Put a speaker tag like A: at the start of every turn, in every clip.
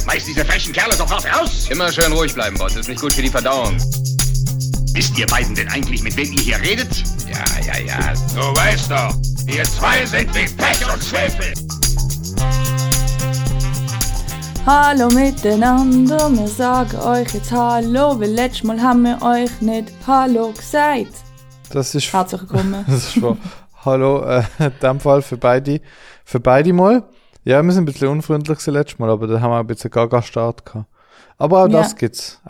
A: Schmeiß diese frechen Kerle sofort raus!
B: Immer schön ruhig bleiben, Boss. Ist nicht gut für die Verdauung.
A: Wisst ihr beiden denn eigentlich, mit wem ihr hier redet?
B: Ja.
A: Du weißt doch, ihr zwei sind wie Pech und Schwefel.
C: Hallo miteinander, wir sagen euch jetzt Hallo, weil letztes Mal haben wir euch nicht Hallo gesagt.
D: Das ist
C: Herzlich willkommen.
D: Das ist wahr. Hallo, in dem Fall für beide mal. Ja, wir sind ein bisschen unfreundlich letztes Mal, aber da haben wir ein bisschen Gaga-Start gehabt. Aber auch das gibt's.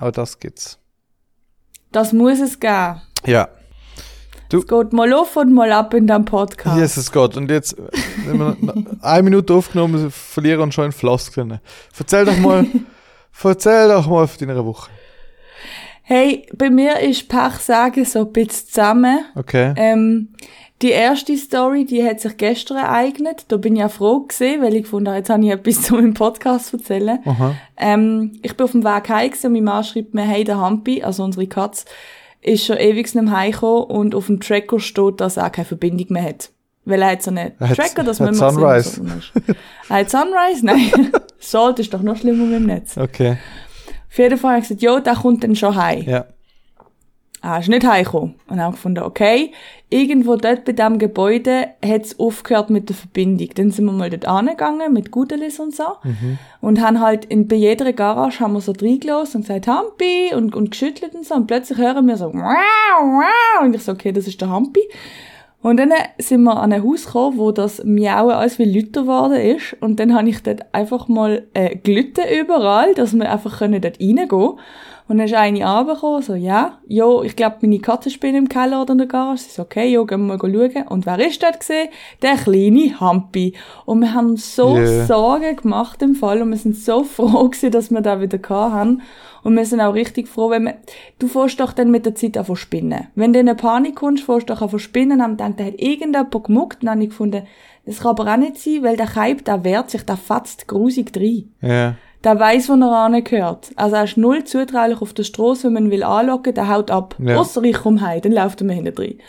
C: Das muss es geben.
D: Ja.
C: Es geht mal auf und mal ab in diesem Podcast.
D: Jesus Gott. Und jetzt, wenn wir noch 1 Minute aufgenommen, verlieren und schon in Floskeln. Erzähl doch mal von deiner Woche.
C: Hey, bei mir ist Pechsagen so ein bisschen zusammen.
D: Okay.
C: Die erste Story, die hat sich gestern ereignet. Da bin ich auch froh gewesen, weil ich gefunden habe, jetzt habe ich etwas zu meinem Podcast erzählen.
D: Aha.
C: Ich bin auf dem Weg heim gewesen und mein Mann schreibt mir, hey, der Hampi, also unsere Katze, ist schon ewig nicht heimgekommen und auf dem Tracker steht, dass er auch keine Verbindung mehr hat. Weil er hat so einen Tracker, dass man immer
D: Sunrise.
C: sehen, er hat Sunrise? Nein. Salt ist doch noch schlimmer mit dem Netz.
D: Okay.
C: Auf jeden Fall habe ich gesagt, jo, der kommt dann schon heim.
D: Ja.
C: Er ist nicht heimgekommen. Und dann habe ich gefunden, okay, irgendwo dort bei diesem Gebäude hat es aufgehört mit der Verbindung. Dann sind wir mal dort angegangen, mit Gudelis und so. Und haben halt bei jeder Garage haben wir so reingelassen und gesagt, Hampi, und geschüttelt und so. Und plötzlich hören wir so, wow, wow. Und ich so, okay, das ist der Hampi. Und dann sind wir an ein Haus gekommen, wo das Miauen alles wie lauter geworden ist. Und dann habe ich dort einfach mal gelitten überall, dass wir einfach dort reingehen können. Und dann ist eine runtergekommen, so, ja, jo, ich glaube, meine Katze ist im Keller oder in der Garage. Sie so, okay, jo, gehen wir mal schauen. Und wer ist dort gewesen? Der kleine Hampi. Und wir haben uns so Sorgen gemacht im Fall. Und wir sind so froh gewesen, dass wir da wieder gehabt haben. Und wir sind auch richtig froh, du fährst doch dann mit der Zeit an von spinnen. Wenn du in eine Panik kommst, fährst du doch an von spinnen, haben gedacht, da hat irgendjemand gemuckt. Und dann habe ich gefunden, das kann aber auch nicht sein, weil der Kaib, der wehrt sich, der fetzt grusig rein.
D: Ja.
C: Der weiss, wo er angehört. Also er ist null zutraulich auf der Strasse, wenn man will anlocken, der haut ab.
D: Ja.
C: Ausser ich komme heim, dann läuft er mir hinten rein.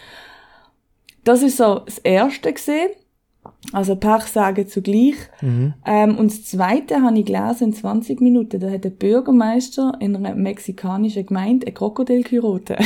C: Das ist so das Erste gesehen. Also Pechsagen zugleich. Und das Zweite habe ich gelesen in 20 Minuten. Da hat der Bürgermeister in einer mexikanischen Gemeinde ein Krokodil geheiratet.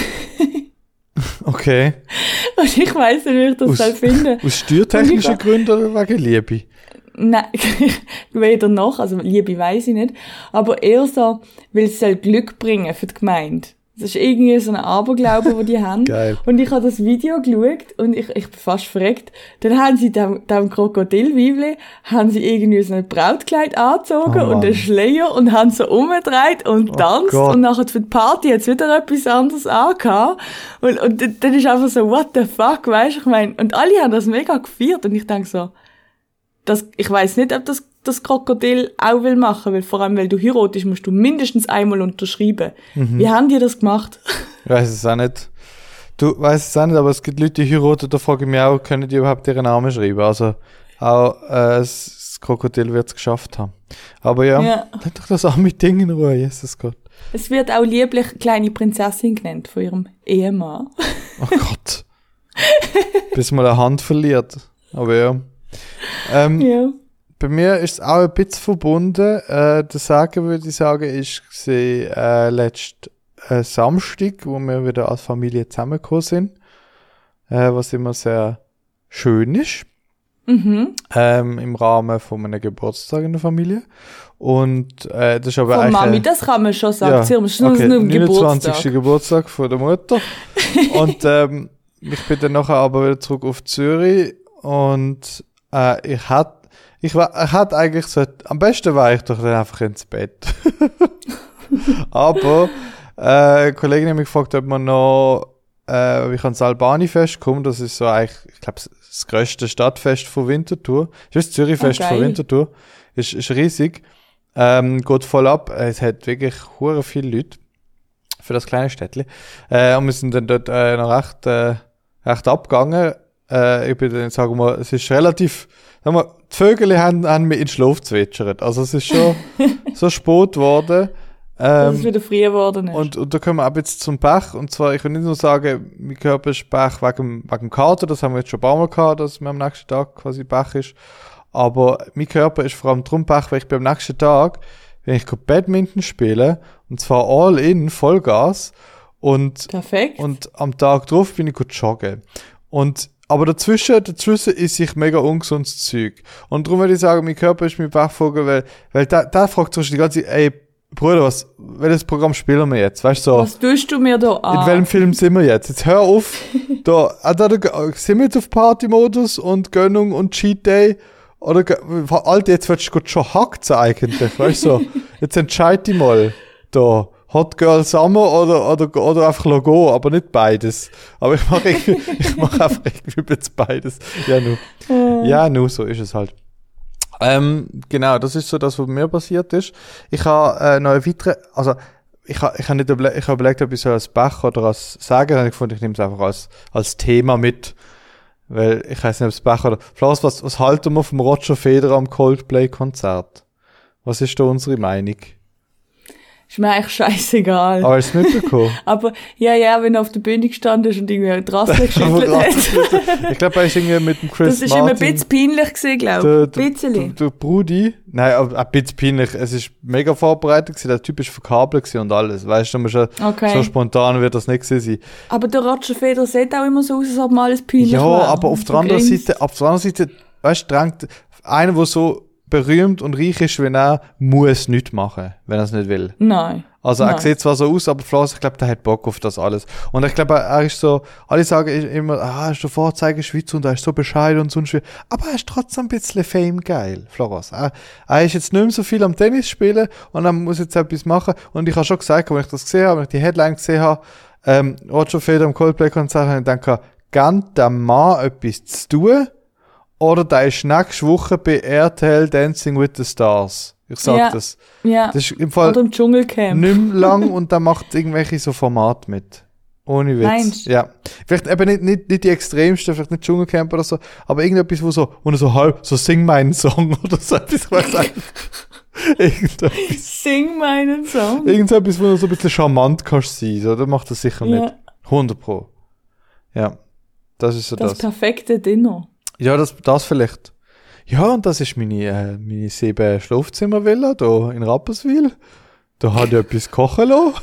D: Okay.
C: Und ich weiss nicht, wie ich das soll finden.
D: Aus steuertechnischen Gründen oder wegen Liebe?
C: Nein, weder noch, also Liebe weiss ich nicht, aber eher so, weil es soll Glück bringen für die Gemeinde. Das ist irgendwie so ein Aberglaube, den die haben.
D: Geil.
C: Und ich habe das Video geschaut und ich bin fast verreckt. Dann haben sie dem Krokodilweibli, haben sie irgendwie so ein Brautkleid angezogen und einen Schleier und haben so umgedreht und tanzt. Und nachher für die Party hat es wieder etwas anderes angehabt. Und dann ist einfach so, what the fuck, weisst du, ich meine, und alle haben das mega gefeiert und ich denke so, ich weiss nicht, ob das Krokodil auch will machen, weil vor allem, weil du heiratest, musst du mindestens einmal unterschreiben. Wie haben die das gemacht?
D: Ich weiss es auch nicht. Du weißt es auch nicht, aber es gibt Leute, die heiraten, da frage ich mich auch, können die überhaupt ihren Namen schreiben? Also, auch das Krokodil wird es geschafft haben. Aber ja, lass doch das arme Ding in Ruhe, Jesus Gott.
C: Es wird auch lieblich kleine Prinzessin genannt von ihrem Ehemann.
D: Oh Gott. Bis mal eine Hand verliert. Aber ja. Bei mir ist es auch ein bisschen verbunden. Der Sagen, würde ich sagen, ist letzten Samstag, wo wir wieder als Familie zusammengekommen sind. Was immer sehr schön ist. Im Rahmen von einem Geburtstag in der Familie. Und das ist aber
C: von
D: eigentlich...
C: Mami, das kann man schon sagen.
D: Ja,
C: Sie haben schon okay, nur
D: 29. Geburtstag von der Mutter. Und ich bin dann nachher aber wieder zurück auf Zürich. Und ich hatte eigentlich so, am besten war ich doch dann einfach ins Bett. Aber eine Kollegin hat mich gefragt, ob man noch wie kann das Albani-Fest kommen. Das ist so eigentlich, ich glaube, das grösste Stadtfest von Winterthur. Das ist das Zürich-Fest von Winterthur. Ist riesig. Geht voll ab. Es hat wirklich hure viele Leute für das kleine Städtchen. Und wir sind dann dort noch recht abgegangen. Ich bin dann, sagen wir, es ist relativ, sagen wir, die Vögel haben mich in den Schlaf zwitschert. Also es ist schon so spät geworden.
C: Dass es wieder früh geworden ist.
D: Und da kommen wir ab jetzt zum Pech. Und zwar, ich will nicht nur sagen, mein Körper ist Pech wegen dem Kater. Das haben wir jetzt schon ein paar Mal gehabt, dass mir am nächsten Tag quasi Pech ist. Aber mein Körper ist vor allem drum Pech, weil ich bin am nächsten Tag wenn ich Badminton spiele, und zwar all in, Vollgas,
C: Perfekt.
D: Und am Tag drauf bin ich joggen. Aber dazwischen ist ich mega ungesundes Zeug. Und darum würde ich sagen, mein Körper ist mein Bachvogel, weil da fragt zum Beispiel die ganze Zeit, ey, Bruder, welches Programm spielen wir jetzt? Weißt du, so.
C: Was tust du mir da an?
D: In welchem Film sind wir jetzt? Jetzt hör auf. Da sind wir jetzt auf Partymodus und Gönnung und Cheat Day. Oder, Alter, jetzt willst du schon hackt eigentlich, weißt du, so. Jetzt entscheid dich mal. Da, Hot Girl Summer oder einfach Logo, aber nicht beides. Aber ich mache einfach irgendwie jetzt beides. Ja, nur so ist es halt. Genau, das ist so das, was mir passiert ist. Ich habe noch eine weitere, also ich habe überlegt, ob ich so als Bach oder als Sagen, und ich fand, ich nehme es einfach als Thema mit, weil ich weiß nicht, ob es Bach oder Flores, was halten wir vom Roger Federer am Coldplay-Konzert? Was ist da unsere Meinung?
C: Ist mir eigentlich scheißegal.
D: Aber hast du es mitbekommen?
C: Aber, ja, wenn er auf der Bühne gestanden ist und irgendwie die Rasse geschüttelt hat.
D: Ich glaube, er ist irgendwie mit dem Chris
C: Das ist
D: Martin.
C: immer ein bisschen peinlich gewesen, glaube ich. Ein bisschen.
D: Der Brudi. Nein, aber ein bisschen peinlich. Es ist mega vorbereitet gewesen. Der Typ ist verkabelt gewesen und alles. Weißt du, so spontan wird das nicht gewesen sein.
C: Aber der Roger Federer sieht auch immer so aus, als ob mal alles peinlich
D: ja,
C: war.
D: aber auf der anderen Seite, weißt du, drängt einer, der so berühmt und reich ist, wenn er muss nichts machen, wenn er es nicht will.
C: Nein.
D: Also er sieht zwar so aus, aber Flores, ich glaube, der hat Bock auf das alles. Und ich glaube, er ist so, alle sagen immer, er ist der Vorzeigeschweizer und er ist so bescheiden und so schwer. Aber er ist trotzdem ein bisschen Fame geil, Flores. Er ist jetzt nicht mehr so viel am Tennis spielen und er muss jetzt etwas machen. Und ich habe schon gesagt, als ich das gesehen habe, als ich die Headline gesehen habe, Roger Federer am Coldplay-Konzert, habe ich gedacht, kann der Mann etwas zu tun? Oder der ist nächste Woche bei RTL Dancing with the Stars. Ich sag das.
C: Ja.
D: Das ist im Fall
C: oder im Dschungelcamp.
D: nicht mehr lang und der macht irgendwelche so Formate mit. Ohne Witz.
C: Meinst?
D: Ja. Vielleicht eben nicht die extremsten, vielleicht nicht Dschungelcamp oder so, aber irgendetwas, wo er so halb, so Sing meinen Song oder so etwas, ich weiß irgendetwas.
C: Sing meinen Song.
D: Irgendetwas, wo du so ein bisschen charmant kannst sein, so, der macht das sicher mit. 100%. Ja. Das ist so das.
C: Das perfekte Dinner.
D: Ja, das vielleicht. Ja, und das ist meine 7 Schlafzimmer-Villa da in Rapperswil. Da hat ich etwas kochen lassen.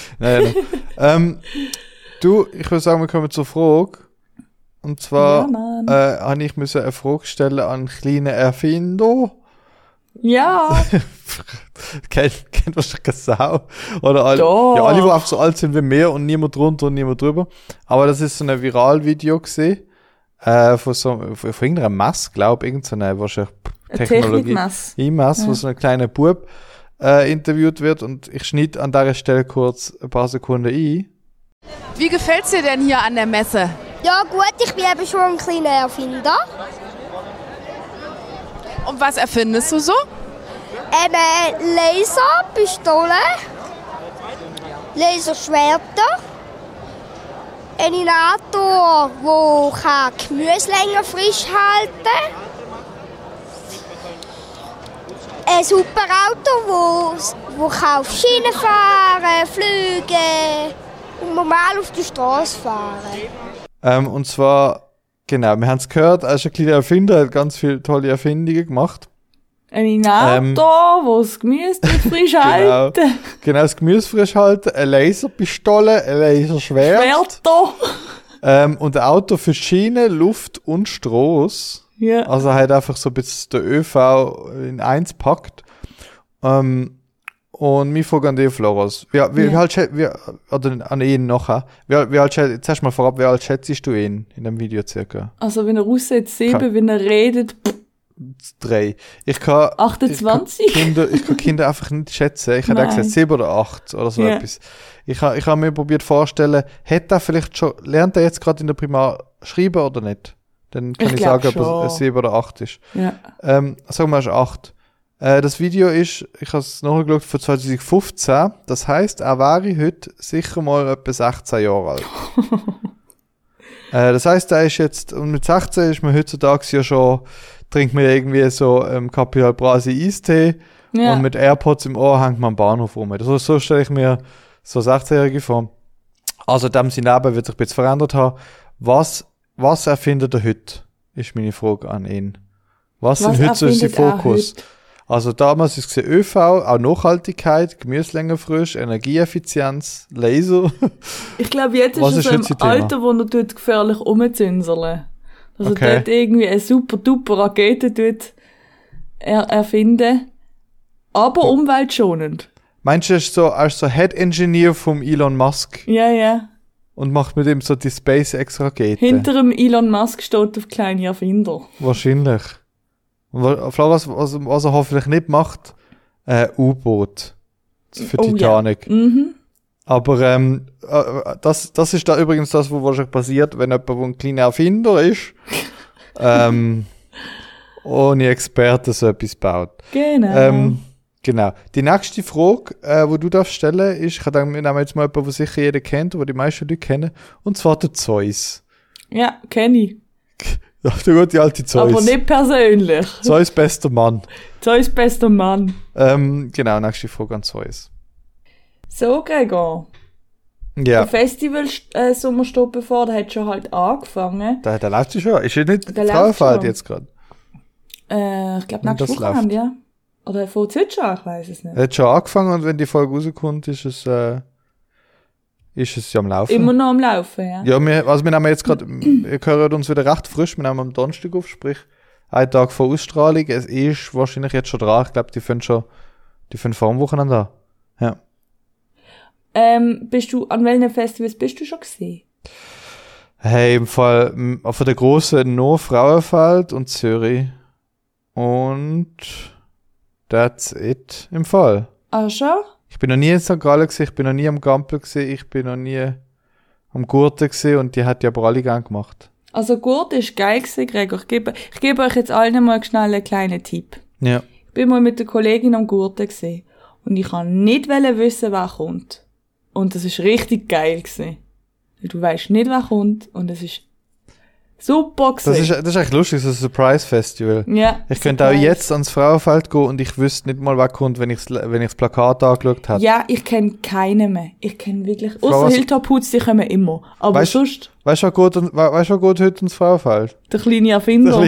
D: Nein. Du, ich würde sagen, wir kommen zur Frage. Und zwar habe ich eine Frage stellen an einen kleinen Erfinder.
C: Ja.
D: Kennt wahrscheinlich keine Sau. Oder alle, ja, alle, die einfach so alt sind wie wir und niemand drunter und niemand drüber. Aber das ist so ein Viral-Video gesehen. Von irgendeiner Messe, glaube ich, irgendeine wahrscheinlich Technologie. Messe, wo so ein kleiner Bub interviewt wird und ich schneide an dieser Stelle kurz ein paar Sekunden ein.
E: Wie gefällt's dir denn hier an der Messe?
F: Ja gut, ich bin eben schon ein kleiner Erfinder.
E: Und was erfindest du so?
F: Laser, Pistolen, Laserschwerter, Eliminator, der Gemüse länger frisch halten kann. Ein Superauto, das auf Schienen fahren, fliegen und normal auf der Straße fahren.
D: Und zwar, genau, wir haben es gehört, er ist ein kleiner Erfinder, er hat ganz viele tolle Erfindungen gemacht.
C: Ein Eliminator, wo das Gemüse frisch halten.
D: Genau, das Gemüse frisch halten, eine Laserpistole, ein Laserschwert. Und ein Auto für Schiene, Luft und Strasse.
C: Ja.
D: Also er hat einfach so ein bisschen der ÖV in eins packt. Und wir fragen an dich, Flores. Oder an ihn nachher. Zuerst mal vorab, wie alt schätzt du ihn in dem Video circa?
C: Also wenn er aussieht, 7, wenn er redet,
D: 3. Ich kann
C: 28?
D: Ich kann Kinder einfach nicht schätzen. Ich hätte gesagt 7 oder 8 oder so etwas. Ich habe mir probiert vorstellen, lernt er jetzt gerade in der Primar schreiben oder nicht? Dann kann ich sagen, ob es 7 oder 8 ist.
C: Ja.
D: Sagen wir, es ist 8. Das Video ist, ich habe es nachgeschaut, von 2015. Das heisst, er wäre heute sicher mal etwa 16 Jahre alt. Das heisst, er ist jetzt, und mit 16 ist man heutzutage ja schon, trinkt man irgendwie so Capital Brasi Eistee und mit AirPods im Ohr hängt man am Bahnhof rum. So stelle ich mir so 16-Jährige vor. Also dem sein Leben wird sich ein bisschen verändert haben. Was erfindet er heute? Ist meine Frage an ihn. Was sind heute so sein Fokus? Also damals ist es ÖV, auch Nachhaltigkeit, Gemüselänge frisch, Energieeffizienz, Laser.
C: Ich glaube, jetzt ist es so im Alter, wo er gefährlich rumzünseln. Also dort irgendwie eine super-duper Rakete erfinden. Aber umweltschonend.
D: Meinst du, er ist so als so Head Engineer vom Elon Musk?
C: Ja. Und
D: macht mit ihm so die SpaceX-Rakete?
C: Hinter dem Elon Musk steht der kleine Erfinder.
D: Wahrscheinlich. Und was er hoffentlich nicht macht, U-Boot. Für Titanic.
C: Ja. Mhm.
D: Aber das ist da übrigens das, was wahrscheinlich passiert, wenn jemand, wo ein kleiner Erfinder ist, ohne Experte so etwas baut.
C: Genau.
D: Genau. Die nächste Frage, die du darfst stellen, ist, ich denke, wir nehmen jetzt mal jemanden, den sicher jeder kennt, oder die meisten Leute kennen, und zwar der Zeus.
C: Ja, kenne ich.
D: Ja, der gute alte Zeus.
C: Aber nicht persönlich.
D: Zeus bester Mann.
C: Zeus bester Mann.
D: Genau, nächste Frage an Zeus.
C: So, Gregor.
D: Ja.
C: Der Festival-Sommerstopp bevor, der hat schon halt angefangen.
D: Der läuft schon. Ist ja nicht Frauenfeld jetzt gerade?
C: Ich glaube, nächste Woche haben die, ja. Oder vor heute schon, ich weiss es nicht.
D: Er hat schon angefangen und wenn die Folge rauskommt, ist es ja am Laufen.
C: Immer noch am Laufen, ja.
D: Ja, wir nehmen jetzt gerade, wir hören uns wieder recht frisch, wir nehmen am Donnerstag auf, sprich, einen Tag vor Ausstrahlung. Es ist wahrscheinlich jetzt schon dran. Ich glaube, die fangen vor dem Wochenende an. Ja.
C: Bist du, an welchen Festivals bist du schon gewesen?
D: Hey, im Fall, von der grossen nur Frauenfeld und Zürich. Und that's it im Fall.
C: Ah, schon?
D: Ich bin noch nie in St. Gallen gewesen, ich bin noch nie am Gampel gewesen, ich bin noch nie am Gurten gewesen und die hat die aber alle gern gemacht.
C: Also Gurten ist geil gewesen, Gregor. Ich gebe euch jetzt allen mal schnell einen kleinen Tipp.
D: Ja.
C: Ich bin mal mit der Kollegin am Gurten gewesen und ich kann nicht wissen, wer kommt. Und das ist richtig geil gewesen. Du weißt nicht, wer kommt und es ist super gewesen.
D: Das ist echt lustig, so ein Surprise-Festival.
C: Ja.
D: Ich könnte auch jetzt ans Frauenfeld gehen und ich wüsste nicht mal, wer kommt, wenn ich das Plakat angeschaut habe.
C: Ja, ich kenne keinen mehr. Ich kenne wirklich, ausser Hilltop-Hoods, die kommen immer. Aber sonst...
D: Weißt du, wer geht heute ins Frauenfeld?
C: Der kleine Erfinder.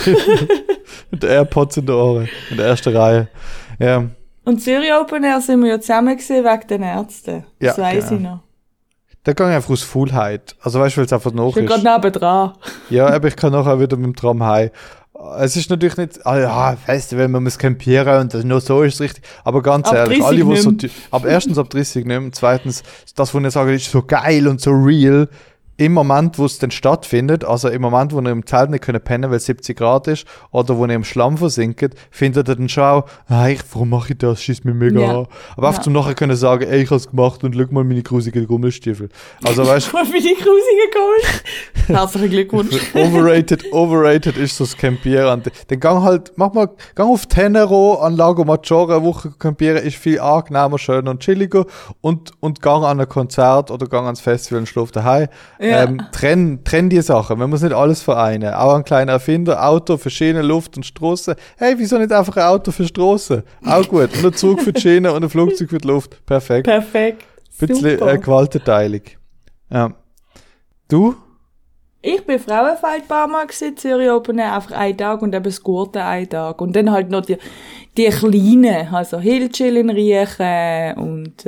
D: Mit den AirPods in den Ohren. In der ersten Reihe. Ja.
C: Und Zürich Open Air sind wir ja zusammen gewesen wegen den Ärzten. Das weiss ich noch.
D: Da gehe ich einfach aus Faulheit. Also weißt du, weil es einfach noch ist.
C: Ich bin gerade nebendran.
D: Ja, aber ich kann nachher wieder mit dem Tram heim. Es ist natürlich nicht, Festival, man muss campieren und das, nur so ist es richtig. Aber ganz ehrlich, alle, die so, erstens ab 30 nicht mehr, zweitens, das, wo ich sage, ist so geil und so real. Im Moment, wo es dann stattfindet, also im Moment, wo ihr im Zelt nicht pennen könnt, weil es 70 Grad ist, oder wo ihr im Schlamm versinkt, findet ihr dann schon auch, warum mache ich das? Schießt mich mega an. Aber einfach zum nachher können sagen, ich habe es gemacht und schau mal meine grusigen Gummistiefel. Also weißt du.
C: Meine grusigen Gummistiefel. Herzlichen Glückwunsch.
D: Overrated ist so das Campieren. Dann gang auf Tenero an Lago Maggiore eine Woche campieren, ist viel angenehmer, schöner und chilliger und gang an ein Konzert oder gang ans Festival und schlaf daheim. Ja. Trenn die Sachen. Man muss nicht alles vereinen. Auch ein kleiner Erfinder, Auto für Schiene, Luft und Straße. Hey, wieso nicht einfach ein Auto für Straße? Auch gut. Und ein Zug für die Schiene und ein Flugzeug für die Luft. Perfekt. Bisschen Gewaltenteilung. Ja. Du?
C: Ich bin Frauenfeld ein paar Mal gewesen, Zürich Open Air, einfach einen Tag und eben das Gurten einen Tag. Und dann halt noch die kleinen, also Hillchill in Riechen und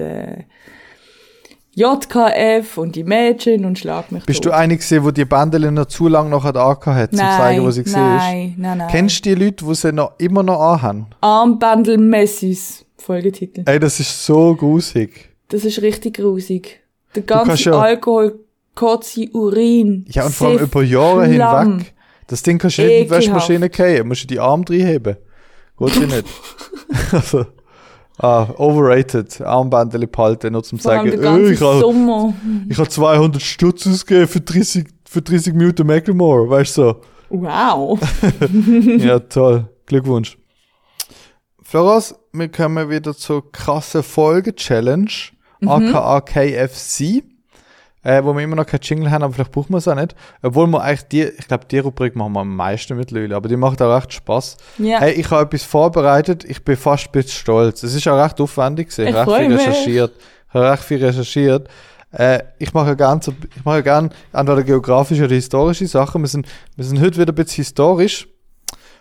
C: JKF und die Mädchen und Schlag mich
D: Bist tot. Du eine gesehen, wo die Bändel noch zu lange noch angehört hat, zum zeigen, was sie gesehen ist? Nein. Kennst du die Leute, die sie immer noch anhaben?
C: Armbändel Messis, Folgetitel.
D: Ey, das ist so grusig.
C: Das ist richtig grusig. Der ganze Alkohol, Kotze, Urin,
D: ja, und vor allem über Jahre hinweg. Das Ding kannst du nicht in die Waschmaschine fallen, musst du die Arme reinheben. Geht ja nicht. Also... overrated. Armbändchen behalten, nur zum sagen, ich habe 200 Stutz ausgegeben für 30 Minuten Macklemore, weißt du so.
C: Wow.
D: Ja, toll. Glückwunsch. Floras, wir kommen wieder zur krassen Folge-Challenge, aka KFC, wo wir immer noch kein Jingle haben, aber vielleicht brauchen wir es auch nicht. Obwohl wir eigentlich ich glaube, die Rubrik machen wir am meisten mittlerweile, aber die macht auch recht Spaß. Ja. Hey, ich habe etwas vorbereitet, ich bin fast ein bisschen stolz. Es ist auch recht aufwendig gewesen, ich habe recht viel recherchiert. Ich mache gerne entweder geografische oder historische Sachen. Wir sind heute wieder ein bisschen historisch.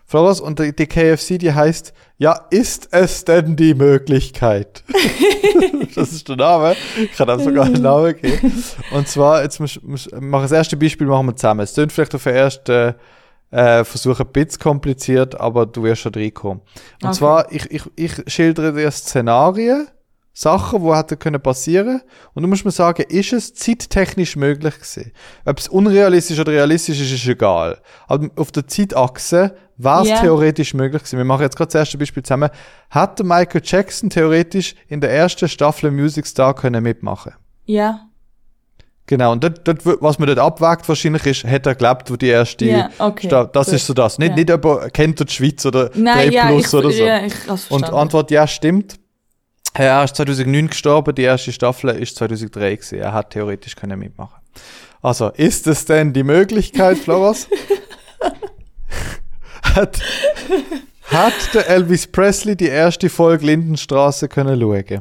D: Flores, und die KFC, die heißt, ja, ist es denn die Möglichkeit? Das ist der Name. Ich kann auch sogar einen Namen geben. Und zwar, jetzt machen das erste Beispiel machen wir zusammen. Es klingt vielleicht auf den ersten Versuch ein bisschen kompliziert, aber du wirst schon reinkommen. Und zwar, ich schildere dir Szenarien, Sachen, die hätten können passieren, und du musst mir sagen, ist es zeittechnisch möglich gewesen? Ob es unrealistisch oder realistisch ist, ist egal. Aber auf der Zeitachse wäre es theoretisch möglich gewesen. Wir machen jetzt gerade das erste Beispiel zusammen. Hätte Michael Jackson theoretisch in der ersten Staffel Music Star können mitmachen?
C: Ja.
D: Genau, und dort, was man dort abwägt wahrscheinlich ist, hat er geglaubt, wo die erste das ist so das. Nicht jemand kennt die Schweiz oder 3+ oder so.
C: Ja, ich hab's verstanden.
D: Und die Antwort, ja, stimmt. Er ist 2009 gestorben, die erste Staffel ist 2003 gewesen. Er hat theoretisch können mitmachen. Also, ist es denn die Möglichkeit, Floros? hat der Elvis Presley die erste Folge Lindenstraße können schauen?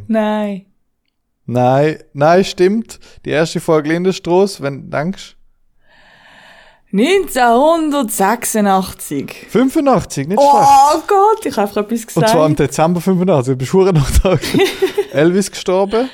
D: Nein, stimmt. Die erste Folge Lindenstraße, wenn du denkst.
C: 1986.
D: 85, nicht schlecht.
C: Oh Gott, ich habe einfach etwas gesagt.
D: Und zwar im Dezember 85, du bist verdammt noch da. Elvis gestorben?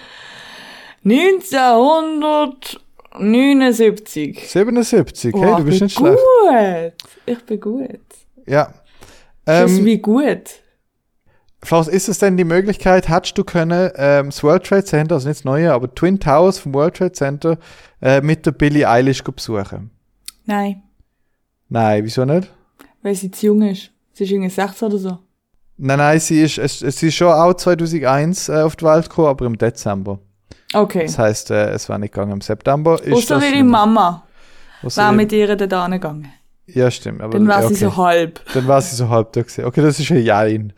C: 1979.
D: 77, hey, du bist nicht schlecht.
C: Ich bin gut.
D: Ja.
C: Wie gut.
D: Klaus, ist es denn die Möglichkeit, hättest du können das World Trade Center, also nicht das neue, aber Twin Towers vom World Trade Center mit der Billie Eilish besuchen?
C: Nein,
D: wieso nicht?
C: weil sie zu jung ist. Sie ist irgendwie 16 oder so.
D: Nein, sie ist schon auch 2001 auf die Welt gekommen, aber im Dezember.
C: Okay.
D: Das heisst, es war nicht gegangen im September.
C: Außer ihre Mama war mit ihr da gegangen.
D: Ja, stimmt. Aber
C: dann war sie so halb.
D: Dann war sie so halb da gewesen. Okay, das ist ein Jein.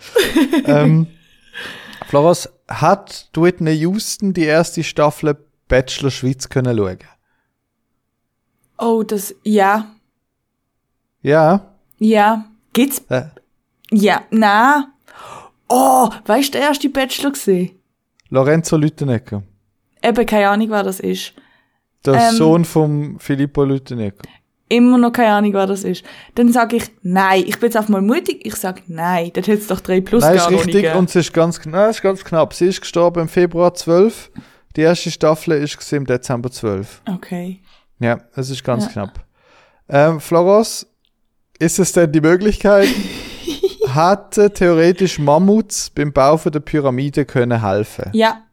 D: Floros, hat Whitney Houston die erste Staffel Bachelor Schweiz können schauen?
C: Oh,
D: Ja?
C: Ja. Gibt's? Ja, nein. Oh, weißt du, der erste Bachelor gesehen?
D: Lorenzo Lüttenegger.
C: Eben, keine Ahnung, wer das ist.
D: Der Sohn von Filippo Lüttenegger.
C: Immer noch keine Ahnung, wer das ist. Dann sage ich nein. Ich bin jetzt einfach mal mutig. Ich sage nein. Dann hätte es doch 3+
D: nein,
C: gar
D: ist
C: noch
D: richtig,
C: nicht.
D: Und es ist ganz knapp. Sie ist gestorben im Februar 12. Die erste Staffel ist im Dezember 12.
C: Okay.
D: Ja, es ist ganz knapp. Floros, ist es denn die Möglichkeit, hätte theoretisch Mammuts beim Bau der Pyramide können helfen?
C: Ja.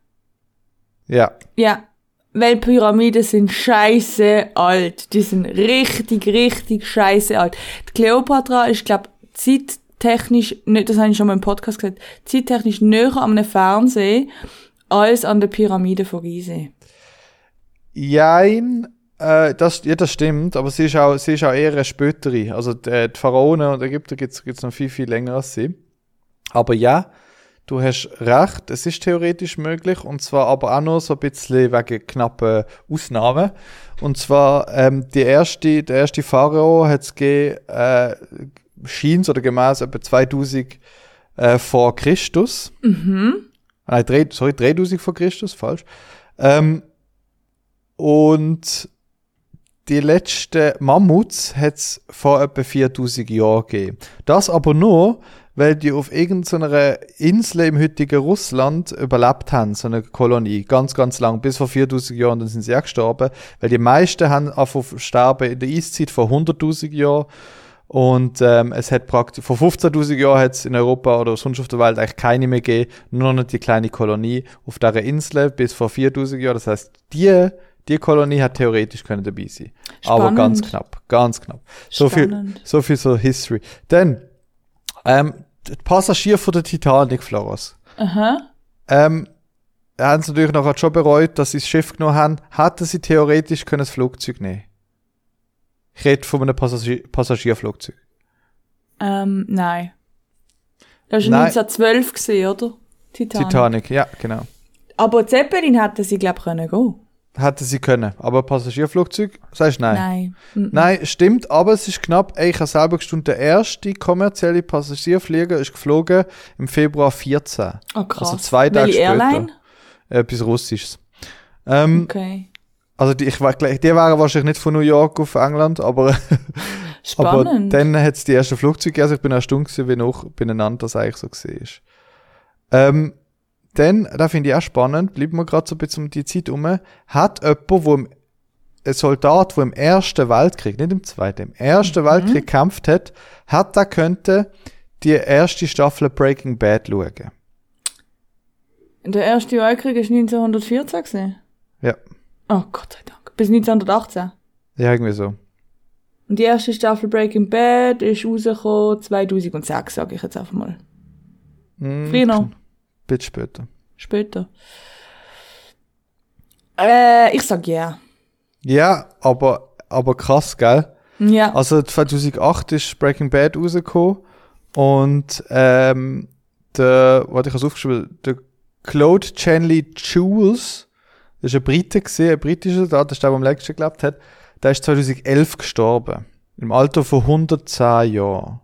C: Weil Pyramiden sind scheiße alt. Die sind richtig scheiße alt. Die Kleopatra ist, glaube ich, zeittechnisch, nicht, das habe ich schon mal im Podcast gesagt, zeittechnisch näher an einem Fernsehen als an der Pyramide von Gizeh.
D: Jein, das stimmt, aber sie ist auch eher eine spätere. Also die Pharaonen und Ägypter gibt's noch viel länger als sie. Aber ja, du hast recht, es ist theoretisch möglich, und zwar aber auch nur so ein bisschen wegen knappen Ausnahmen. Und zwar, der erste Pharao hat es gegeben, scheint oder gemäß etwa 2000 vor Christus. Nein, 3000 vor Christus, falsch. Und die letzten Mammuts hat es vor etwa 4000 Jahren gegeben. Das aber nur, weil die auf irgendeiner Insel im heutigen Russland überlebt haben, so eine Kolonie, ganz lang, bis vor 4000 Jahren, dann sind sie auch gestorben, weil die meisten haben angefangen sterben in der Eiszeit vor 100.000 Jahren, und es hat praktisch, vor 15.000 Jahren hat es in Europa oder sonst auf der Welt eigentlich keine mehr gegeben, nur noch die kleine Kolonie auf dieser Insel bis vor 4.000 Jahren, das heisst, die Kolonie hat theoretisch können dabei sein.
C: Spannend.
D: Aber ganz knapp. So viel so History. Dann, die Passagiere von der Titanic, Floros.
C: Aha.
D: Haben sie natürlich noch schon bereut, dass sie das Schiff genommen haben. Hätten sie theoretisch können das Flugzeug nehmen? Ich rede von einem Passagierflugzeug.
C: Nein. Das war 1912 gewesen, oder?
D: Titanic, ja, genau.
C: Aber Zeppelin hätten sie, glaube ich, können gehen.
D: Hätten sie können. Aber Passagierflugzeug, sagst du nein?
C: Nein.
D: Nein, stimmt, aber es ist knapp. Ich habe selber gestimmt, der erste kommerzielle Passagierflieger ist geflogen im Februar 14.
C: Oh krass.
D: Also 2 Tage später.
C: Airline?
D: Etwas Russisches.
C: Okay.
D: Also die wären wahrscheinlich nicht von New York auf England, aber
C: Spannend.
D: Aber dann hat es die ersten Flugzeuge, also ich bin erstaunt gewesen, wie noch beieinander das eigentlich so war. Dann, da finde ich auch spannend, bleiben wir gerade so ein bisschen um die Zeit herum, hat jemand, ein Soldat, der im Ersten Weltkrieg, nicht im Zweiten, im Ersten Weltkrieg gekämpft hat, da könnte die erste Staffel Breaking Bad schauen.
C: Der Erste Weltkrieg war 1914 gewesen?
D: Ja.
C: Oh Gott sei Dank. Bis 1918?
D: Ja, irgendwie so.
C: Und die erste Staffel Breaking Bad ist rausgekommen 2006, sage ich jetzt einfach mal. Früher noch.
D: Bisschen später.
C: Später. Ich sag ja.
D: Ja, aber krass, gell?
C: Ja.
D: Also 2008 ist Breaking Bad rausgekommen und warte, ich habe es aufgeschrieben, der Claude Chanley Jules, das war ein britischer Soldat, das ist der am längsten gelebt hat, der ist 2011 gestorben. Im Alter von 110 Jahren.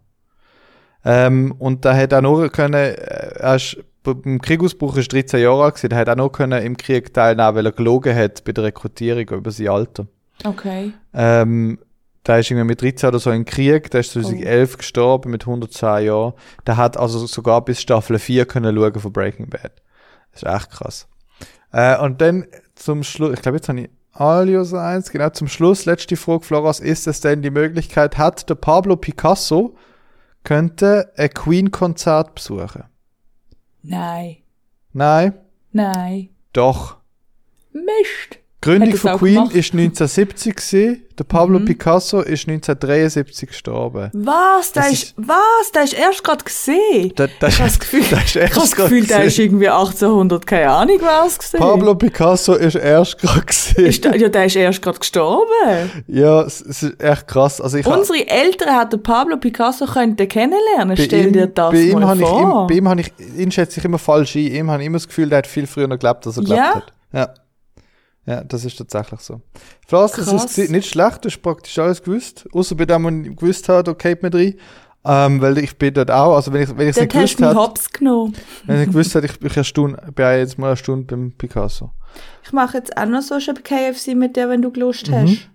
D: Und der hat auch noch können, beim Kriegsausbruch ist 13 Jahre alt gewesen, der hat auch noch können im Krieg teilnehmen, weil er gelogen hat bei der Rekrutierung über sein Alter.
C: Okay.
D: Der ist irgendwie mit 13 oder so im Krieg, der ist 2011 gestorben mit 110 Jahren. Der hat also sogar bis Staffel 4 können schauen von Breaking Bad. Das ist echt krass. Und dann zum Schluss, ich glaube, jetzt habe ich Alios 1, genau zum Schluss, letzte Frage, Floras, ist es denn die Möglichkeit, hat der Pablo Picasso könnte ein Queen-Konzert besuchen?
C: Nein.
D: Nein?
C: Nein.
D: Doch.
C: Mist.
D: Gründung von Queen ist 1970 gewesen. Der Pablo Picasso ist 1973 gestorben.
C: Was? Der ist erst gerade gesehen.
D: Ich habe das Gefühl,
C: der ist irgendwie 1800, keine Ahnung was gesehen.
D: Pablo Picasso ist erst gerade gesehen.
C: Ja, der ist erst gerade gestorben.
D: Ja, es ist echt krass. Also
C: unsere Eltern hätten Pablo Picasso kennenlernen. Stell dir das mal vor.
D: Bei ihm schätze ich immer falsch ein. Ihm habe ich immer das Gefühl, der hat viel früher noch gelebt, als er gelebt hat. Ja. Ja, das ist tatsächlich so. Flas, das ist nicht schlecht, du hast praktisch alles gewusst. Außer bei dem, man gewusst hat, okay, mit rein. Weil ich bin dort auch, also wenn ich es nicht gewusst hätte.
C: Hops genommen.
D: Wenn ich gewusst hätte, ich bin jetzt mal eine Stunde beim Picasso.
C: Ich mache jetzt auch noch so schon KFC mit dir, wenn du Lust hast.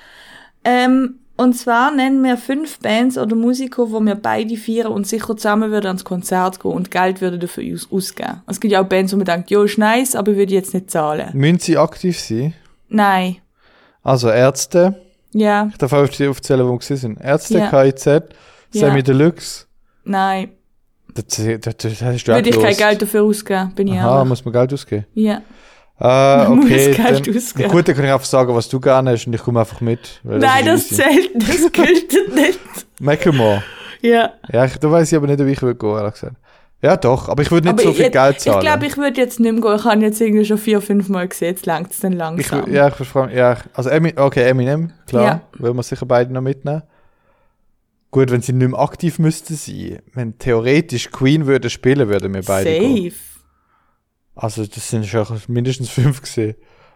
C: Und zwar nennen wir 5 Bands oder Musiker, wo wir beide feiern und sicher zusammen würden ans Konzert gehen und Geld würden dafür ausgeben. Es gibt ja auch Bands, wo man denkt, jo, ist nice, aber würde jetzt nicht zahlen.
D: Müssen sie aktiv sein?
C: Nein.
D: Also Ärzte?
C: Ja.
D: Ich darf aufzählen, wo sie sind. Ärzte, ja. KIZ, Semi Deluxe?
C: Nein.
D: Das hast du
C: würde ich kein Geld dafür ausgeben, bin ich ehrlich.
D: Aha, muss man Geld ausgeben?
C: Ja.
D: Okay, dann, gut, dann kann ich einfach sagen, was du gerne hast und ich komme einfach mit.
C: Nein, das zählt, das gilt nicht.
D: Macklemore?
C: Ja.
D: Ja, da weiss ich aber nicht, ob ich will gehen, ehrlich gesagt. Ja doch, aber ich würde nicht so viel Geld zahlen.
C: Ich glaube, ich würde jetzt nicht mehr gehen. Ich habe jetzt irgendwie schon 4-5 Mal gesehen, jetzt langt es dann langsam.
D: Also Eminem, klar, ja. Will man sicher beide noch mitnehmen. Gut, wenn sie nicht mehr aktiv müssten sein, wenn theoretisch Queen würde spielen, würden wir beide gehen. Safe. Also, das sind schon mindestens 5 gesehen.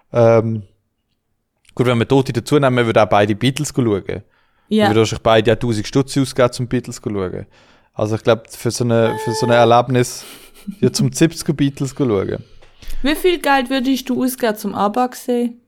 D: Gut, wenn wir Tote dazu nehmen, würden auch beide Beatles schauen. Ja. Wir würden wahrscheinlich beide 1000 Stutz ausgeben, zum Beatles schauen. Also, ich glaube, für so eine Erlebnis, ja, zum 70er Beatles schauen.
C: Wie viel Geld würdest du ausgeben zum ABBA sehen?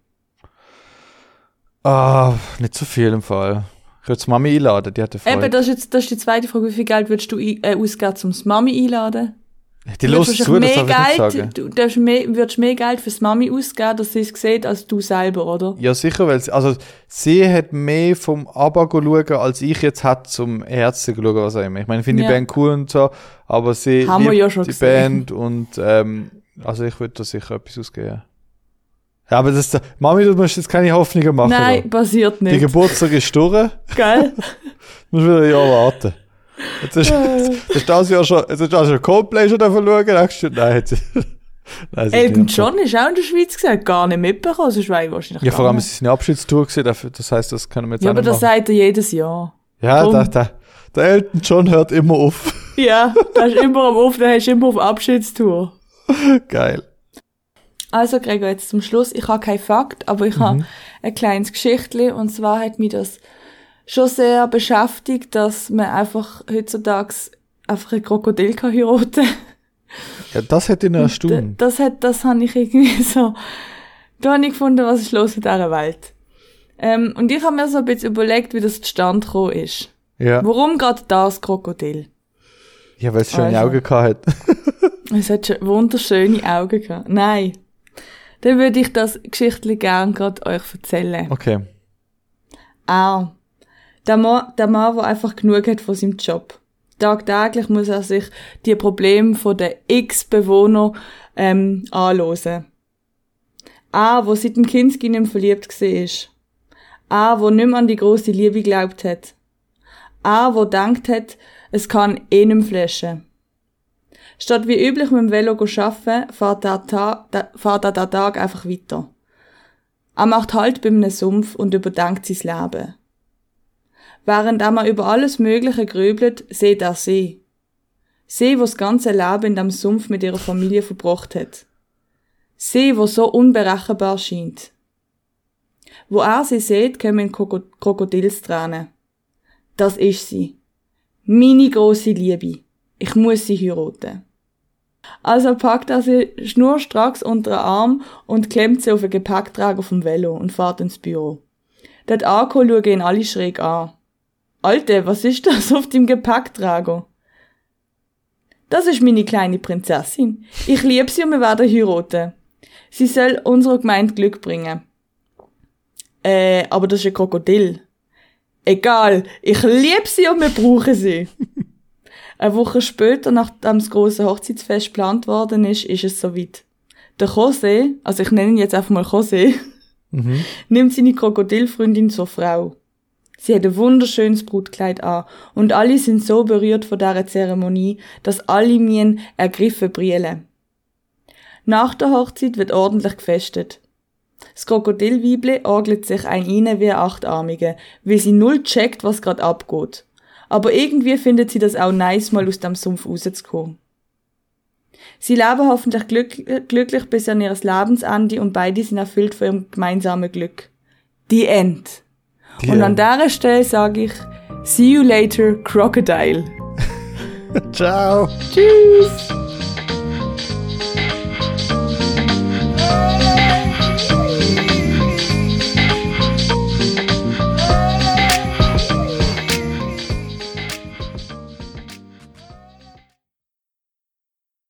D: Nicht so viel im Fall. Ich würde die Mami einladen, die hatte Freude.
C: Eben, das ist die zweite Frage. Wie viel Geld würdest du ausgeben, zum Mami einladen?
D: Die los zu, das darf ich nicht sagen.
C: Du würdest mehr Geld fürs Mami ausgeben, dass sie es sieht, als du selber, oder?
D: Ja, sicher, weil sie hat mehr vom ABBA schauen, als ich jetzt hätte zum Ärzte schauen, was auch immer. Ich meine, ich finde die Band cool und so, aber sie liebt die Band und also ich würde da sicher etwas ausgeben. Ja, aber Mami, du musst jetzt keine Hoffnungen machen.
C: Nein,
D: oder?
C: Passiert nicht.
D: Die Geburtstag ist durch.
C: Geil.
D: Du musst wieder ein Jahr warten. Jetzt ist das Jahr schon Coldplay schon davon schauen, nein,
C: Elton John ist auch in der Schweiz gesagt, gar nicht mitbekommen, sonst wäre ich wahrscheinlich
D: ja, vor allem, es ist eine Abschiedstour gewesen, das heisst, das können wir jetzt
C: ja,
D: auch nicht
C: aber das sagt er jedes Jahr.
D: Ja, der Elton John hört immer auf.
C: Ja, der ist immer auf Abschiedstour.
D: Geil.
C: Also, Gregor, jetzt zum Schluss, ich habe keinen Fakt, aber ich habe ein kleines Geschichtli, und zwar hat mich das schon sehr beschäftigt, dass man einfach heutzutage einfach ein Krokodil kann heiraten.
D: Ja, das hätte ich noch erstaunt.
C: Das habe ich irgendwie so, da habe ich gefunden, was ist los in dieser Welt. Und ich habe mir so ein bisschen überlegt, wie das zustande gekommen ist.
D: Ja.
C: Warum gerade das Krokodil?
D: Ja, weil es schöne Augen gehabt hat.
C: Es hat schon wunderschöne Augen gehabt. Nein. Dann würde ich das Geschichtli gern gerade euch erzählen.
D: Okay.
C: Der Mann, der einfach genug hat von seinem Job. Tagtäglich muss er sich die Probleme von den X-Bewohnern anhören. Der seit dem Kind in ihm verliebt war. Der nicht mehr an die grosse Liebe geglaubt hat. Der gedacht hat, es kann nicht mehr flashen. Statt wie üblich mit dem Velo arbeiten, fährt er den Tag einfach weiter. Er macht Halt bei einem Sumpf und überdenkt sein Leben. Während er über alles Mögliche grübelt, sieht er sie. Sie, wo das ganze Leben in dem Sumpf mit ihrer Familie verbracht hat. Sie, wo so unberechenbar scheint. Wo er sie sieht, kommen Krokodilstränen. Das ist sie. Meine grosse Liebe. Ich muss sie heiraten. Also packt er sie schnurstracks unter den Arm und klemmt sie auf den Gepäckträger vom Velo und fährt ins Büro. Dort angekommen schauen ihn alle schräg an. Alte, was ist das auf dem Gepäckträger? Das ist meine kleine Prinzessin. Ich liebe sie und wir werden heiraten. Sie soll unserer Gemeinde Glück bringen. Aber das ist ein Krokodil. Egal, ich liebe sie und wir brauchen sie. Eine Woche später, nachdem das grosse Hochzeitsfest geplant worden ist es soweit. Der José, also ich nenne ihn jetzt einfach mal José, nimmt seine Krokodilfreundin zur Frau. Sie hat ein wunderschönes Brutkleid an und alle sind so berührt von dieser Zeremonie, dass alle mien ergriffen brillen. Nach der Hochzeit wird ordentlich gefestet. Das Krokodilweibli orgelt sich ein rein wie ein Achtarmige, weil sie null checkt, was gerade abgeht. Aber irgendwie findet sie das auch nice, mal aus dem Sumpf rauszukommen. Sie leben hoffentlich glücklich bis an ihr Lebensende und beide sind erfüllt von ihrem gemeinsamen Glück. The End. Und an dieser Stelle sage ich, see you later, Crocodile.
D: Ciao.
C: Tschüss.